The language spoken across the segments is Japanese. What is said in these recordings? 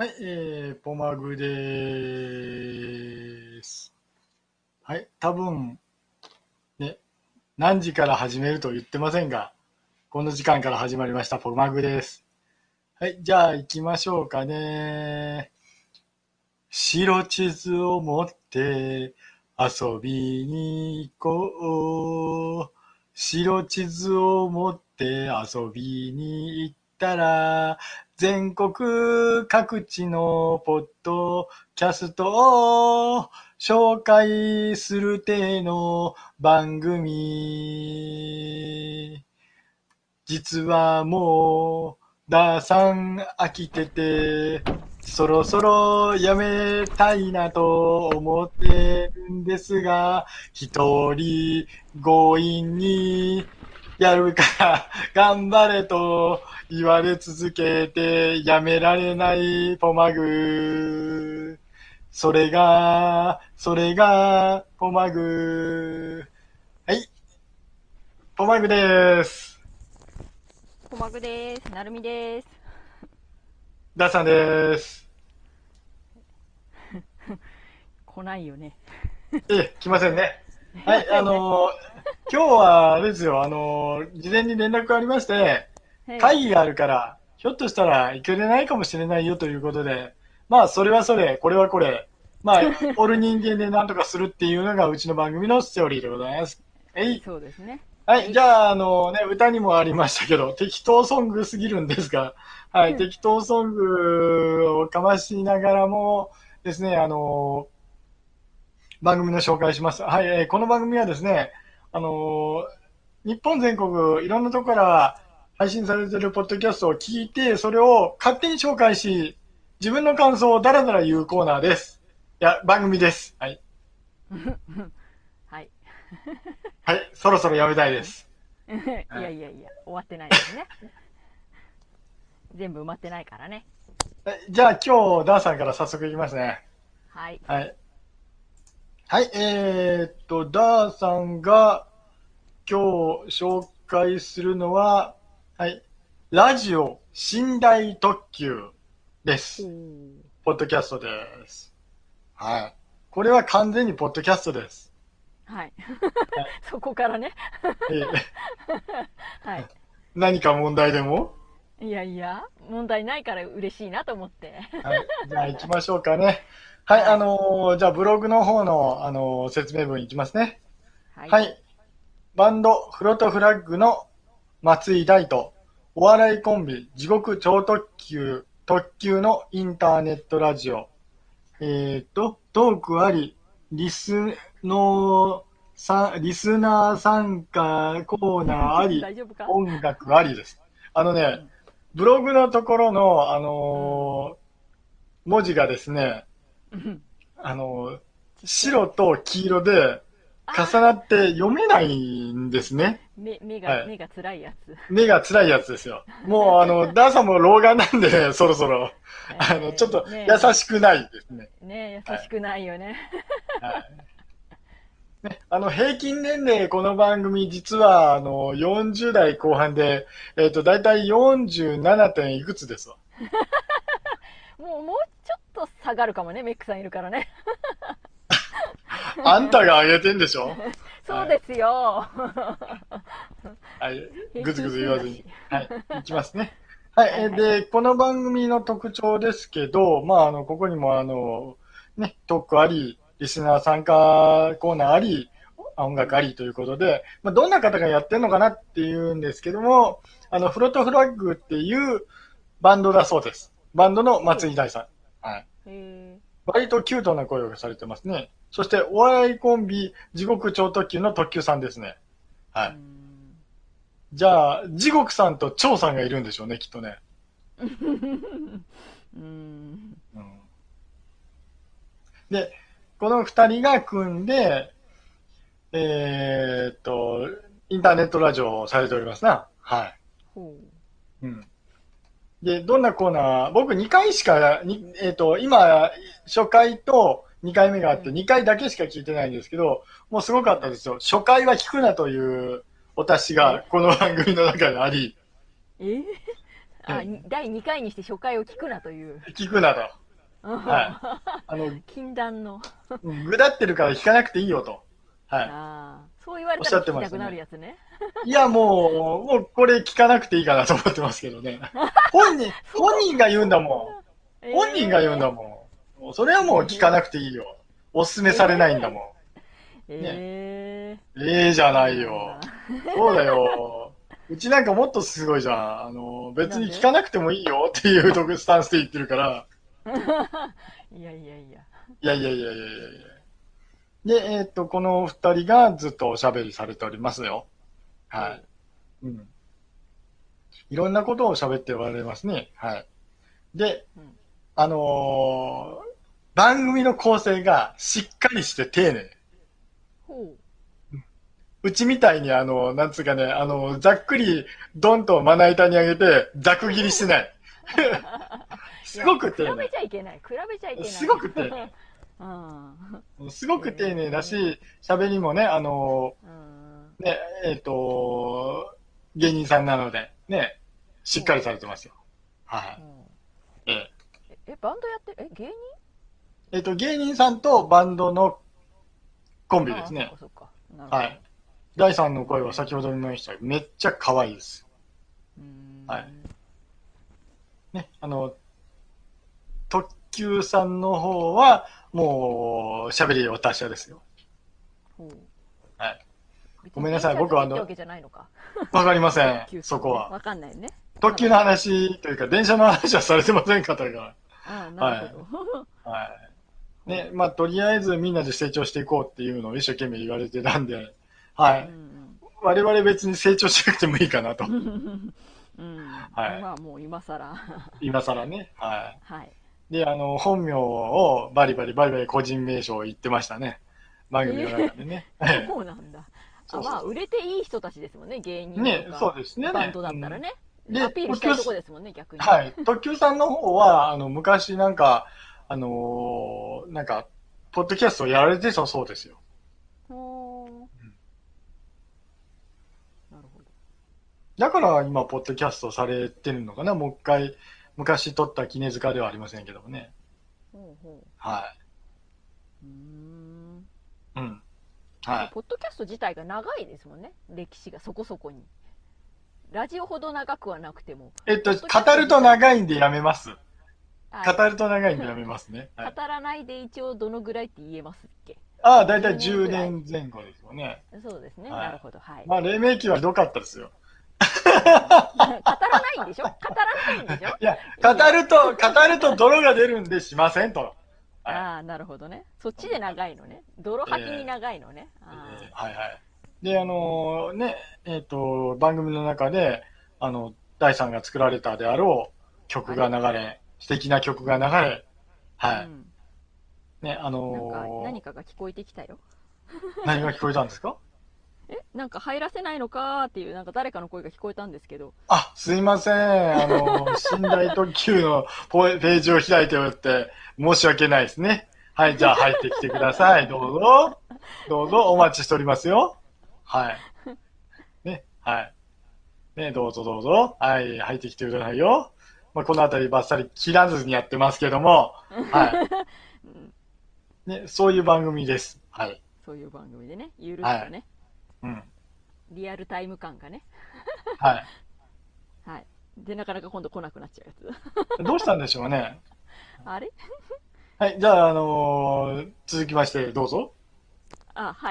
はい、ポマグでーす。はい、多分ね、何時から始めると言ってませんが、この時間から始まりました、ポマグです。はい、じゃあ行きましょうかね。白地図を持って遊びに行こう。白地図を持って遊びに行ったら、全国各地のポッドキャストを紹介する体の番組。実はもう、ダーさん飽きてて、そろそろやめたいなと思ってるんですが、一人強引にやるから頑張れと言われ続けてやめられないポマグ。それがポマグ。はい、ポマグです。 コマグです。なるみです。 ダーさんです。 来ないよね。 来ませんね。はい、 いませんね。 今日はあれですよ、事前に連絡がありまして、 はい。 会議があるから、ひょっとしたら行けれないかもしれないよということで、まあ、それはそれ、これはこれ、まあ、おる人間で何とかするっていうのがうちの番組のセオリーでございます。はい。 そうですね。 はい。じはい。 ゃあ、歌にもありましたけど、適当ソングすぎるんですが、はい。適当ソングをかましながらもですね、番組の紹介します。はい、この番組はですね、あのー日本全国いろんなところから配信されているポッドキャストを聞いて、それを勝手に紹介し、自分の感想をだらだら言うコーナーです。いや、番組です。はい。 はい。 はい、そろそろやめたいです。 いはい。 やいやいや、終わってないですね。全部埋まってないからね。 じゃあ今日、ダーさんから早速いきますね。 はい。 はい。はい、ダーさんが今日紹介するのは、はい、ラジオ寝台特急でほす。 う。 ポッドキャストです。はい。これは完全にポッドキャストです。 はい。 はい。 そこからね。はい。 何か問題でも。 いやいや、問題ないから嬉しいなと思って。 はい。じゃあ行きましょうかね。はい、 はい。 じゃあブログの方の、説明文いきますね。 はい。 はい。バンド、フロトフラッグの松井大と、お笑いコンビ、地獄超特急のインターネットラジオ。トークあり、リスナー参加コーナーあり、 大丈夫か？ 音楽ありです。あのね、 うん。 ブログのところの、 うん。 文字がですね、 うん。 あのーちっちゃい。 白と黄色で重なあって読めないんですね。はい。 目が辛いやつ。 目が辛いやつですよ。もう、ダーさんも老眼なんで、そろそろ、ちょっと優ねしくないですね。 え、ねえ、 はい。 優しくないよね。 はい。ね、平均年齢、この番組、実は、40代後半で、だいたい47点いくつですわ。 もうちょっと下がるかもね、メックさんいるからね。 あんたが上げてんでしょ。はい。 そうですよ。 はい。 平均ぐずぐず言わずに。 数だし。 はい。いきますね。はい。 はいはいはい。 で、この番組の特徴ですけど、まあ、ここにも、ね、トークあり、リスナー参加コーナーあり、音楽ありということで、まあ、どんな方がやってるのかなっていうんですけども、フロトフラッグっていうバンドだそうです。バンドのほう。 松井大さん。はい。 へえ。 割とキュートな声がされてますね。そして、お笑いコンビ、地獄超特急の特急さんですね。はうーい。 ん。 じゃあ、地獄さんと超さんがいるんでしょうね、きっとね。 うーん。 うん、で、この二人が組んで、えーっと、インターネットラジオをされておりますな。はほい。うん。で、どんなコーナー、僕2回しか、今、初回と2回目があう。うって、 ん。 2回だけしか聞いてないんですけど、もうすごかったですよ。初回は聞くなというお達しえがこの番組の中であり、 え第2回にして初回を聞くなという。 聞くなと。はい。 禁断の。 ぐだってるから聞かなくていいよと。はい。 そう言われたら聞きたくなるやつね。 いや、もうこれ聞かなくていいかなと思ってますけどね。本人が言うんだもん。本人が言うんだもん。それはもう聞かなくていいよ。おすすめされないんだもん。じゃないよ。そうだよ。うちなんかもっとすごいじゃん。別に聞かなくてもいいよっていうスタンスで言ってるから。 いやいやいや。 いやいやいやいやいや。で、この二人がずっとおしゃべりされておりますよ。はい。うん。いろんなことを喋っておられますね。はい。で、番組の構成がしっかりして丁寧。うちみたいになんつうかね、ざっくりドンとまな板にあげて、ざく切りしてない。すごく丁寧。 比べちゃいけない。 すごく丁寧。すごく丁寧だし、喋りもね、ね、芸人さんなので、ね、しっかりされてますよ。はい。 バンドやってる芸人芸人さんとバンドのコンビですね。はい。第3の声は先ほど見ましたけど、めっちゃ可愛いです。はい。ね、特急さんの方は、もう、喋りを達者ですよ。はい。ごめんなさい、僕はわかりません、そこは。 わかんないね。 特急の話というか、電車の話はされてませんかとか。 なるほど。はい。ね、まあ、とりあえずみんなで成長していこうっていうのを一生懸命言われてたんで、はい。我々別に成長しなくてもいいかなと。はい。 まあもう今更。 今更ね。はい。で、本名をバリバリ個人名称を言ってましたね。番組の中でね。 そうなんだ。まあ、売れていい人たちですもんね、芸人とか。 ね、そうですね。 バンドだったらね。アピールしたいとこですもんね、逆に。 はい。特急さんの方は、昔なんか、なんか、ポッドキャストをやられてたそうですよ。なるほど。だから今、ポッドキャストされてるのかな、もう一回、昔撮った絹塚ではありませんけどもね。はい。うん。はい。 ポッドキャスト自体が長いですもんね、歴史がそこそこに。ラジオほど長くはなくても。 語ると長いんでやめます。語ると長いんでやめますね。 語らないで一応どのぐらいって言えますっけ？ だいたい10年前後ですよね。 そうですね。なるほど。はい。 まあ、黎明期はひどかったですよ。 語らないんでしょ？ いや、語ると泥が出るんでしませんと。 なるほどね。そっちで長いのね。泥吐きに長いのね。 はいはい。で、番組の中で、第3が作られたであろう曲が流れ、素敵な曲が流れ、はい。ね、 何かが聞こえてきたよ。 何が聞こえたんですか？ なんか入らせないのかーっていう、なんか誰かの声が聞こえたんですけど。 すいません。寝台特急のページを開いておいて、申し訳ないですね。はい、じゃあ入ってきてください。どうぞ。どうぞ、お待ちしておりますよ。はい。ね、はい。ね、どうぞどうぞ。はい、入ってきてくださいよ。まあ、このあたりバッサリ切らずにやってますけども、はい。ね、そういう番組です。はい。 そういう番組でね、ゆるっとね。 うん。 リアルタイム感がね。 はい。 はい。で、なかなか今度来なくなっちゃうやつ。どうしたんでしょうね。 あれはい、じゃあ、続きましてどうぞ。 はい。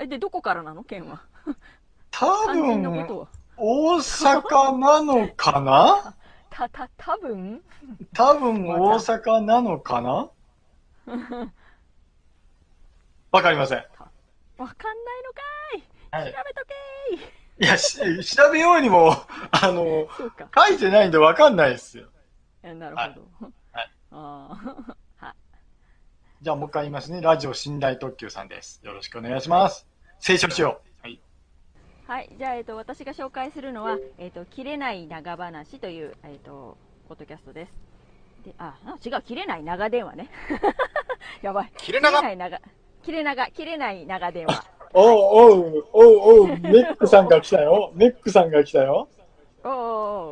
で、どこからなの、県は。 多分、大阪なのかな多分大阪なのかなわかりません。 わかんないのかーい。調べとけーいや、調べようにも、書いてないんでわかんないですよ。 なるほど。はい。 じゃあもう一回言いますね。ラジオ寝台特急さんです。よろしくお願いします。清書しよう。はい。 はい。じゃあ、私が紹介するのは、切れない長話という、ポッドキャストです。で、違う、切れない長電話ね。やばい。切れない長電話。 おう、メックさんが来たよ。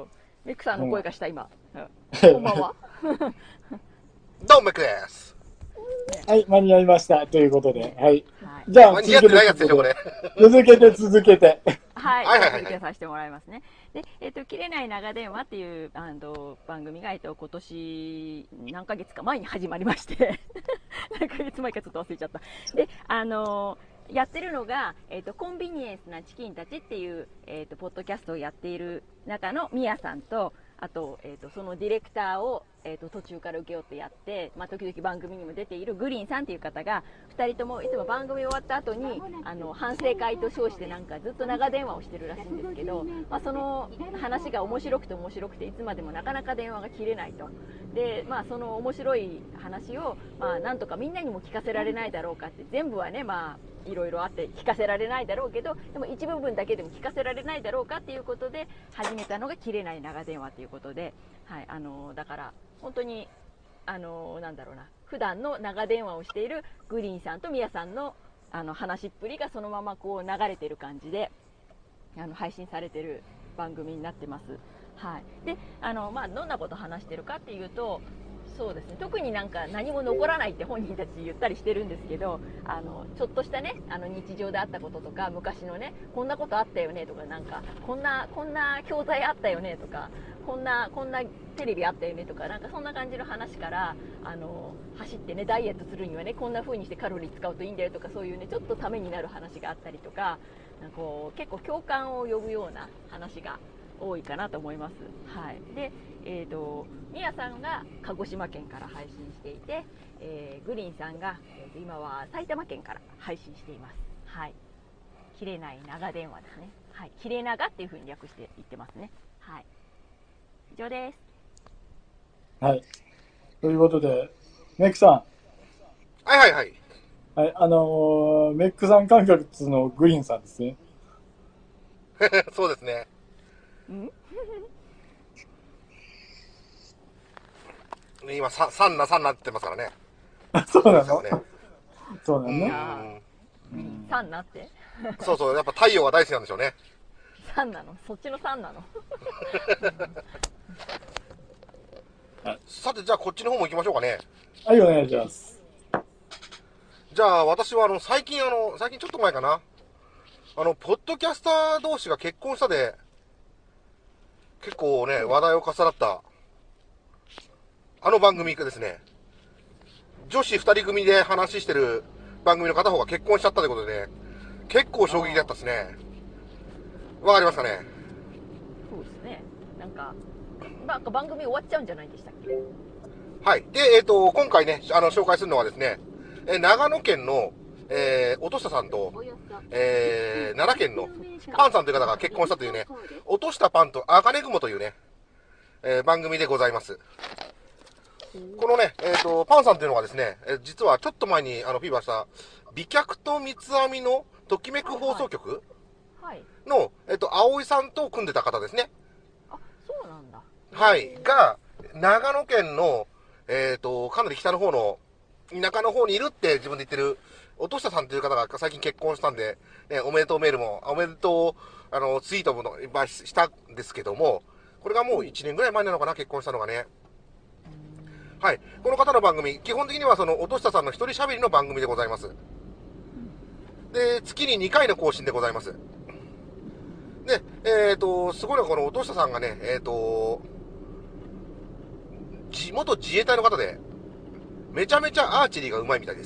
メックさんの声がした、今。こんばんは。 どうもメックです。 はい、間に合いました。ということで。はい。 じゃあ、間に合ってないやつでしょ、これ。 続けて。 はい、続けさせてもらいますね。で、切れない長電話っていう番組が、今年何ヶ月か前に始まりまして何ヶ月前かちょっと忘れちゃった。で、やってるのが、コンビニエンスなチキンたちっていう、ポッドキャストをやっている中のミヤさんと、あと、そのディレクターを、途中から請け負ってやって、時々番組にも出ているグリーンさんっていう方が、2人ともいつも番組終わった後に、反省会と称してなんかずっと長電話をしてるらしいんですけど、その話が面白くて、いつまでもなかなか電話が切れないと。で、その面白い話を、なんとかみんなにも聞かせられないだろうかって、全部はね、いろいろあって聞かせられないだろうけど、でも一部分だけでも聞かせられないだろうかっていうことで始めたのが切れない長電話ということで、はい、だから本当になんだろうな、普段の長電話をしているグリーンさんとミヤさんの話っぷりがそのままこう流れてる感じで配信されてる番組になってます。はい、でどんなことを話してるかっていうと、そうですね、特になんか何も残らないって本人たち言ったりしてるんですけど、ちょっとしたね、日常であったこととか、昔のね、こんなことあったよねとか、なんかこんな教材あったよねとか、こんなテレビあったよねとか、なんかそんな感じの話から、走ってねダイエットするにはねこんな風にしてカロリー使うといいんだよとか、そういうねちょっとためになる話があったりとか、なんかこう結構共感を呼ぶような話が多いかなと思います。はい、で、ミヤさんが鹿児島県から配信していて、グリーンさんが、今は埼玉県から配信しています。はい、切れない長電話ですね。はい、切れ長っていう風に略して言ってますね。はい、以上です。 はい、ということでメックさん、 はいはいはい、 はい、メックさん感覚のグリーンさんですね。 そうですね。今サンナって言ってますからね。 そうなの、ね、そうなのね。 サンナってそうそう、やっぱ太陽が大好きなんでしょうね。 サンなの、そっちのサンなのさて、じゃあこっちの方も行きましょうかね。 はい、お願いします。 じゃあ私は最近ちょっと前かな、ポッドキャスター同士が結婚したで、結構ね、話題を重なった、番組ですね。女子二人組で話してる番組の片方が結婚しちゃったということでね、結構衝撃だったですね。わかりますかね。 そうですね。なんか番組終わっちゃうんじゃないでしたっけ。 はい。で、今回ね、紹介するのはですね、長野県の、音下さんと、奈良県のパンさんという方が結婚したというね、音下パンと茜雲というね、番組でございます。このね、パンさんというのがですね、実はちょっと前にフィーバーした美脚と三つ編みのときめく放送局の、葵さんと組んでた方ですね。 あ、そうなんだ。 はい。が、長野県の、かなり北の方の、田舎の方にいるって自分で言ってる、音下さんという方が最近結婚したんで、おめでとうメールも、おめでとう、ツイートもいっぱいしたんですけども、これがもう1年ぐらい前なのかな、結婚したのがね。はい。この方の番組、基本的にはその、音下さんの一人喋りの番組でございます。で、月に2回の更新でございます。で、すごいのはこの音下さんがね、元自衛隊の方で、めちゃめちゃアーチェリーがうまいみたいです。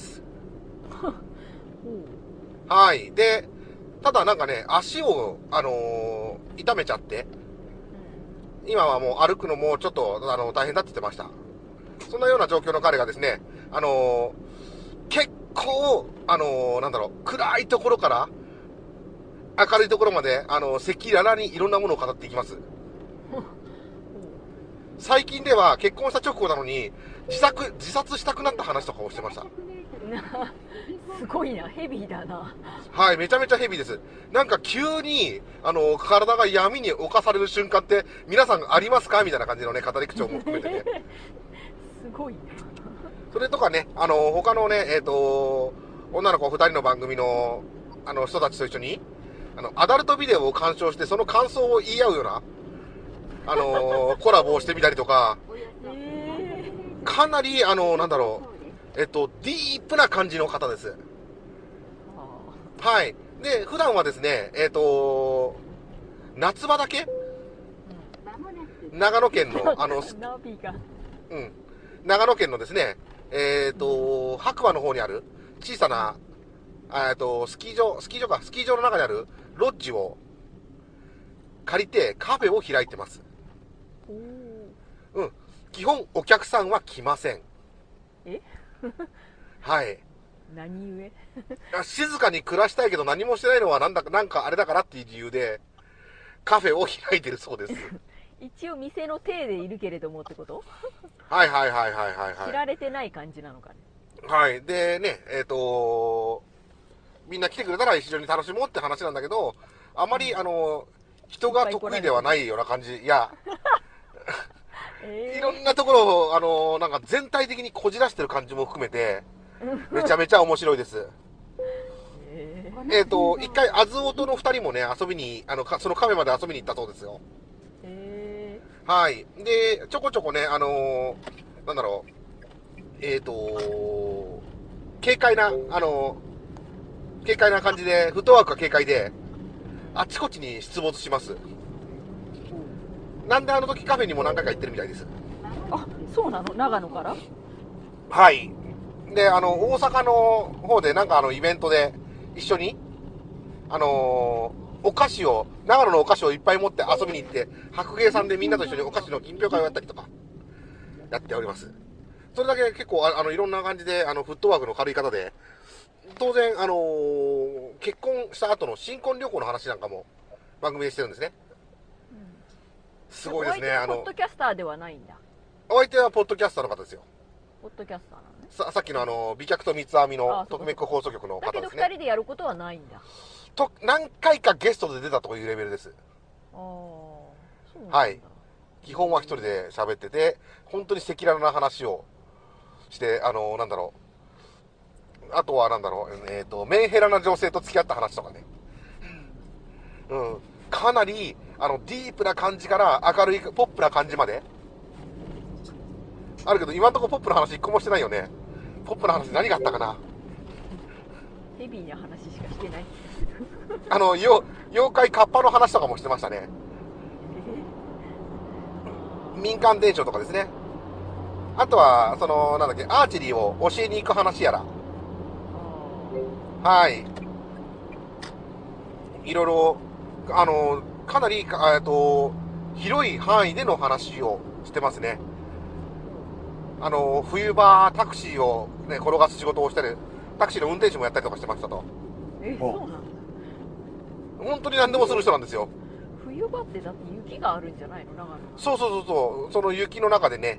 はい。で、ただなんかね、足を、痛めちゃって、今はもう歩くのもちょっと、大変だって言ってました。そんなような状況の彼がですね、結構、暗いところから明るいところまで、赤裸々にいろんなものを語っていきます。最近では結婚した直後なのに、自殺したくなった話とかをしてました。 すごいな、ヘビーだな。 はい、めちゃめちゃヘビーです。なんか急に、体が闇に侵される瞬間って、皆さんありますかみたいな感じのね、語り口調も含めてね。 すごいな。 それとかね、他のね、女の子2人の番組の、人たちと一緒に、アダルトビデオを鑑賞して、その感想を言い合うような、 コラボをしてみたりとか、 えかなり、なんだろう、ディープな感じの方です。 あはい。で、普段はですね、夏場だけ、長野県の、 ナビが。 長野県のですね、白馬の方にある小さな、スキー場の中にあるロッジを借りてカフェを開いてます。 おーうん。基本お客さんは来ません。 えはい。 何故？ 静かに暮らしたいけど何もしてないのはなんかあれだからっていう理由でカフェを開いてるそうです。 一応店の体でいるけれどもってこと？ はいはい。 知られてない感じなのかね。 はい。でね、みんな来てくれたら一緒に楽しもうって話なんだけど、あまり、人が得意ではないような感じ。いや、いろんなところを、なんか全体的にこじらしてる感じも含めて、めちゃめちゃ面白いです。一回、アズオとの二人もね、遊びに、そのカフェまで遊びに行ったそうですよ。はい。で、ちょこちょこね、なんだろう、軽快な感じで、フットワークが軽快で、あちこちに出没します。なんであの時カフェにも何回か行ってるみたいです。 あ、そうなの？長野から？ はい。で、大阪の方でなんかイベントで一緒に、長野のお菓子をいっぱい持って遊びに行って、白芸さんでみんなと一緒にお菓子の品評会をやったりとか、やっております。それだけ結構、いろんな感じで、フットワークの軽い方で、当然、結婚した後の新婚旅行の話なんかも番組でしてるんですね。すごいですね。 ポッドキャスターではないんだ。 お相手はポッドキャスターの方ですよ。 ポッドキャスターなのね。 さっきの美脚と三つ編みの特命放送局の方ですね。 だけど2人でやることはないんだ。 何回かゲストで出たというレベルです。 そうなんだ。 はい。基本は一人で喋ってて、本当に赤裸々な話をして、なんだろう。あとはなんだろう、メンヘラな女性と付き合った話とかね。かなり、ディープな感じから明るいポップな感じまで。あるけど、今んとこポップな話一個もしてないよね。ポップな話何があったかな。 ヘビーな話しかしてない。 妖怪カッパの話とかもしてましたね。民間伝承とかですね。あとは、なんだっけ、アーチェリーを教えに行く話やら。はい。いろいろ、かなり、広い範囲での話をしてますね。冬場、タクシーをね、転がす仕事をしたり、タクシーの運転手もやったりとかしてましたと。 そうなの？ 本当に何でもする人なんですよ。 冬場ってだって雪があるんじゃないの？長野。 そう。その雪の中でね、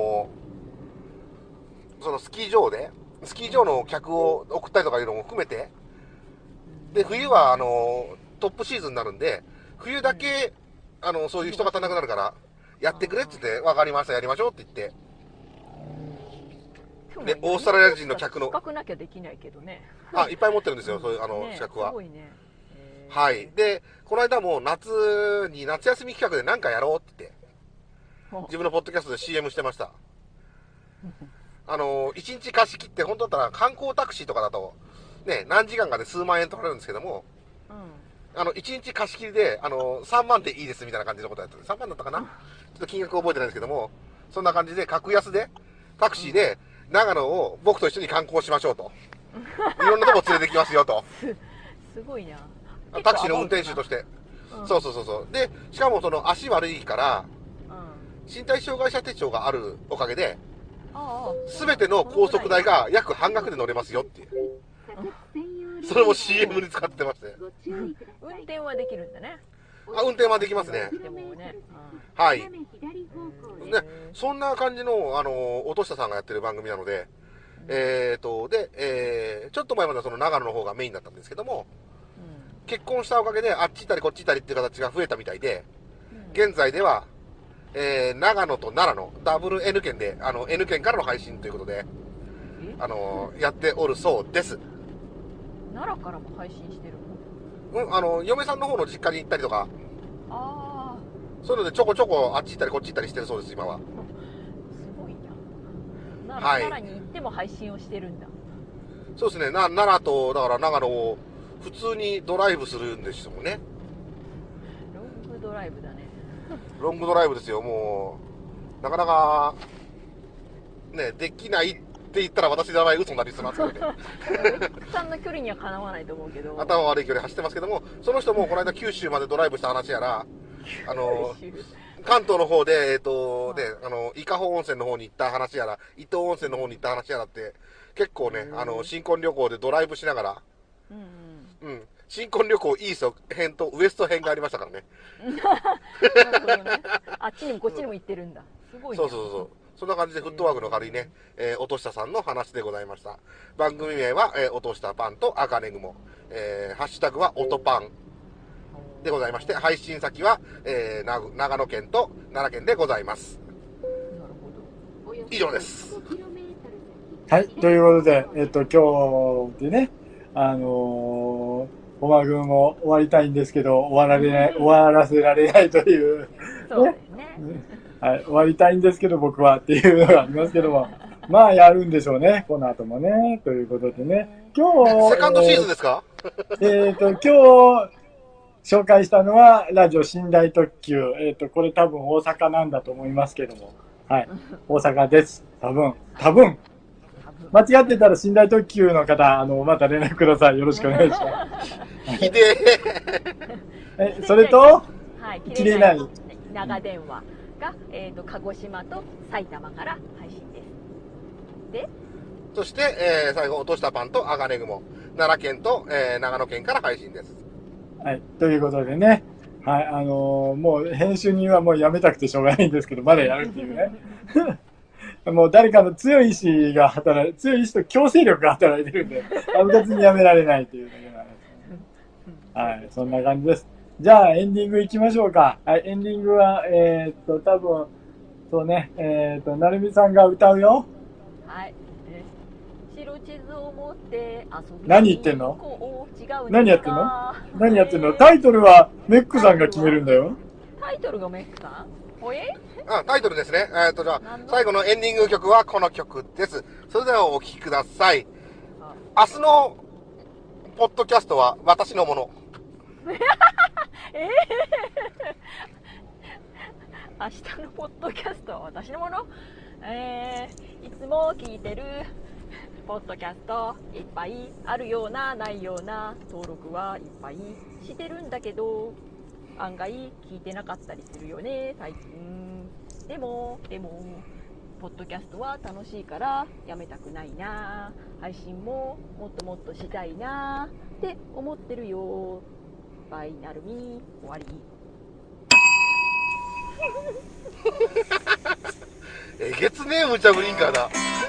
そのスキー場の客を送ったりとかいうのも含めて、で、冬は、トップシーズンになるんで、冬だけ、そういう人が足らなくなるから、やってくれって言って、わかりました、やりましょうって言って、で、オーストラリア人の客の、 資格なきゃできないけどね。 いっぱい持ってるんですよ、そういう、資格は。 すごいね。 はい。で、この間も夏休み企画で何かやろうって言って、自分のポッドキャストで CM してました。一日貸し切って、本当だったら観光タクシーとかだと、ね、何時間かで数万円取られるんですけども、一日貸し切りで、3万でいいですみたいな感じのことやってて、3万だったかな、ちょっと金額覚えてないんですけども、そんな感じで、格安で、タクシーで、長野を僕と一緒に観光しましょうと。いろんなとこ連れてきますよと。 すごいな。 タクシーの運転手として。そう。で、しかもその足悪いから、身体障害者手帳があるおかげで、すべての高速代が約半額で乗れますよっていう。それも CM に使ってまして。 運転はできるんだね。 運転はできますね。はい。ね、そんな感じの、音下さんがやってる番組なので、ちょっと前まではその長野の方がメインだったんですけども、結婚したおかげであっち行ったりこっち行ったりっていう形が増えたみたいで、現在では、長野と奈良のダブル N 県で、N 県からの配信ということで、やっておるそうです。 奈良からも配信してるの？嫁さんの方の実家に行ったりとか、 そういうのでちょこちょこあっち行ったりこっち行ったりしてるそうです、今は。 すごいな。 はい奈良に行っても配信をしてるんだ。 そうですね、奈良と、だから長野を普通にドライブするんですもんね。 ロングドライブだね。 ロングドライブですよ、もう、なかなか、ね、できないって言ったら私の名前嘘になりそうなんですけどね。 さんの距離にはかなわないと思うけど。 頭悪い距離走ってますけども、その人もこの間九州までドライブした話やら、関東の方で、伊香保温泉の方に行った話やら、伊東温泉の方に行った話やらって、結構ね、新婚旅行でドライブしながら、新婚旅行イースト編とウエスト編がありましたからね。 なるほどね。あっちにもこっちにも行ってるんだ。すごいね。 そう。そんな感じでフットワークの軽いね、音下さんの話でございました。番組名は、音下パンと赤ネグモ、ハッシュタグは音パンでございまして、配信先は、長野県と奈良県でございます。以上です。 はい、ということで、今日でね、オマ軍も終わりたいんですけど、終わらせられないという、 そうですね。 はい、終わりたいんですけど、僕はっていうのがありますけども、まあ、やるんでしょうね、この後もね、ということでね。今日、 セカンドシーズンですか？ 今日、紹介したのは、ラジオ寝台特急。これ多分大阪なんだと思いますけども。はい。大阪です。多分。間違ってたら寝台特急の方、また連絡ください。よろしくお願いします。 ひでえ。それと、 はい、 切れない長電話が、鹿児島と埼玉から配信です。で、 そして、最後、落としたパンとアガネグモ、奈良県と、長野県から配信です。 はい。ということでね。はい。もう編集人はもうやめたくてしょうがないんですけど、まだやるっていうね。もう誰かの強い意志と強制力が働いてるんで、別にやめられないというだけなんです。はい。そんな感じです。じゃあ、エンディング行きましょうか。はい。エンディングは、多分、そうね、なるみさんが歌うよ。 はい。白地図を持って遊び何言ってんの？ 何やってんの？タイトルはメックさんが決めるんだよ。 タイトルがメックさん？ タイトルですね。じゃあ、最後のエンディング曲はこの曲です。それではお聴きください。明日のポッドキャストは私のもの。 明日のポッドキャストは私のもの？いつも聞いてるポッドキャストいっぱいあるようなないような登録はいっぱいしてるんだけど、案外聞いてなかったりするよね最近。でもポッドキャストは楽しいからやめたくないな、配信ももっともっとしたいなって思ってるよ。バイナルミ終わり。 えげつねえ無茶ぶりんかだ。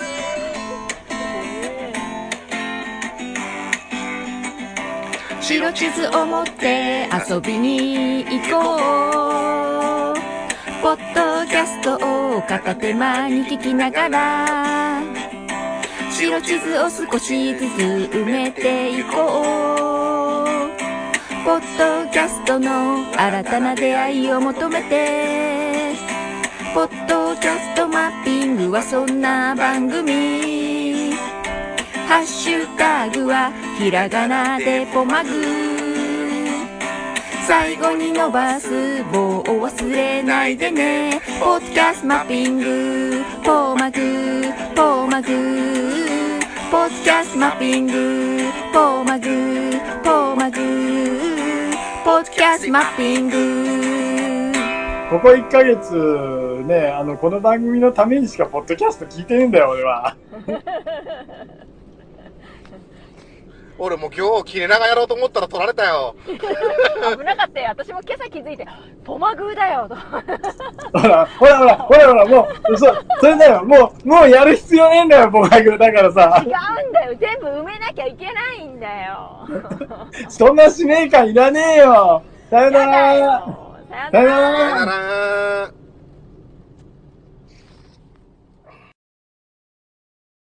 白地図を持って遊びに行こう。ポッドキャストを片手間に聞きながら、白地図を少しずつ埋めていこう。ポッドキャストの新たな出会いを求めて、ポッドキャストマッピングはそんな番組。ハッシュタグはひらがなでポマグ。最後に伸ばす棒を忘れないでね。ポッドキャストマッピングポマグポマグ。ポッドキャストマッピングポマグポマグ。ポッドキャストマッピング。 ここ1ヶ月ね、この番組のためにしかポッドキャスト聞いてねえんだよ、俺は。 俺もう今日切れ長やろうと思ったら取られたよ。 危なかったよ。私も今朝気づいて、ポマグーだよと。 ほら、もう、それだよ。もうやる必要ねえんだよ、ポマグーだからさ。 違うんだよ。全部埋めなきゃいけないんだよ。 そんな使命感いらねえよ。さよなら。 さよなら。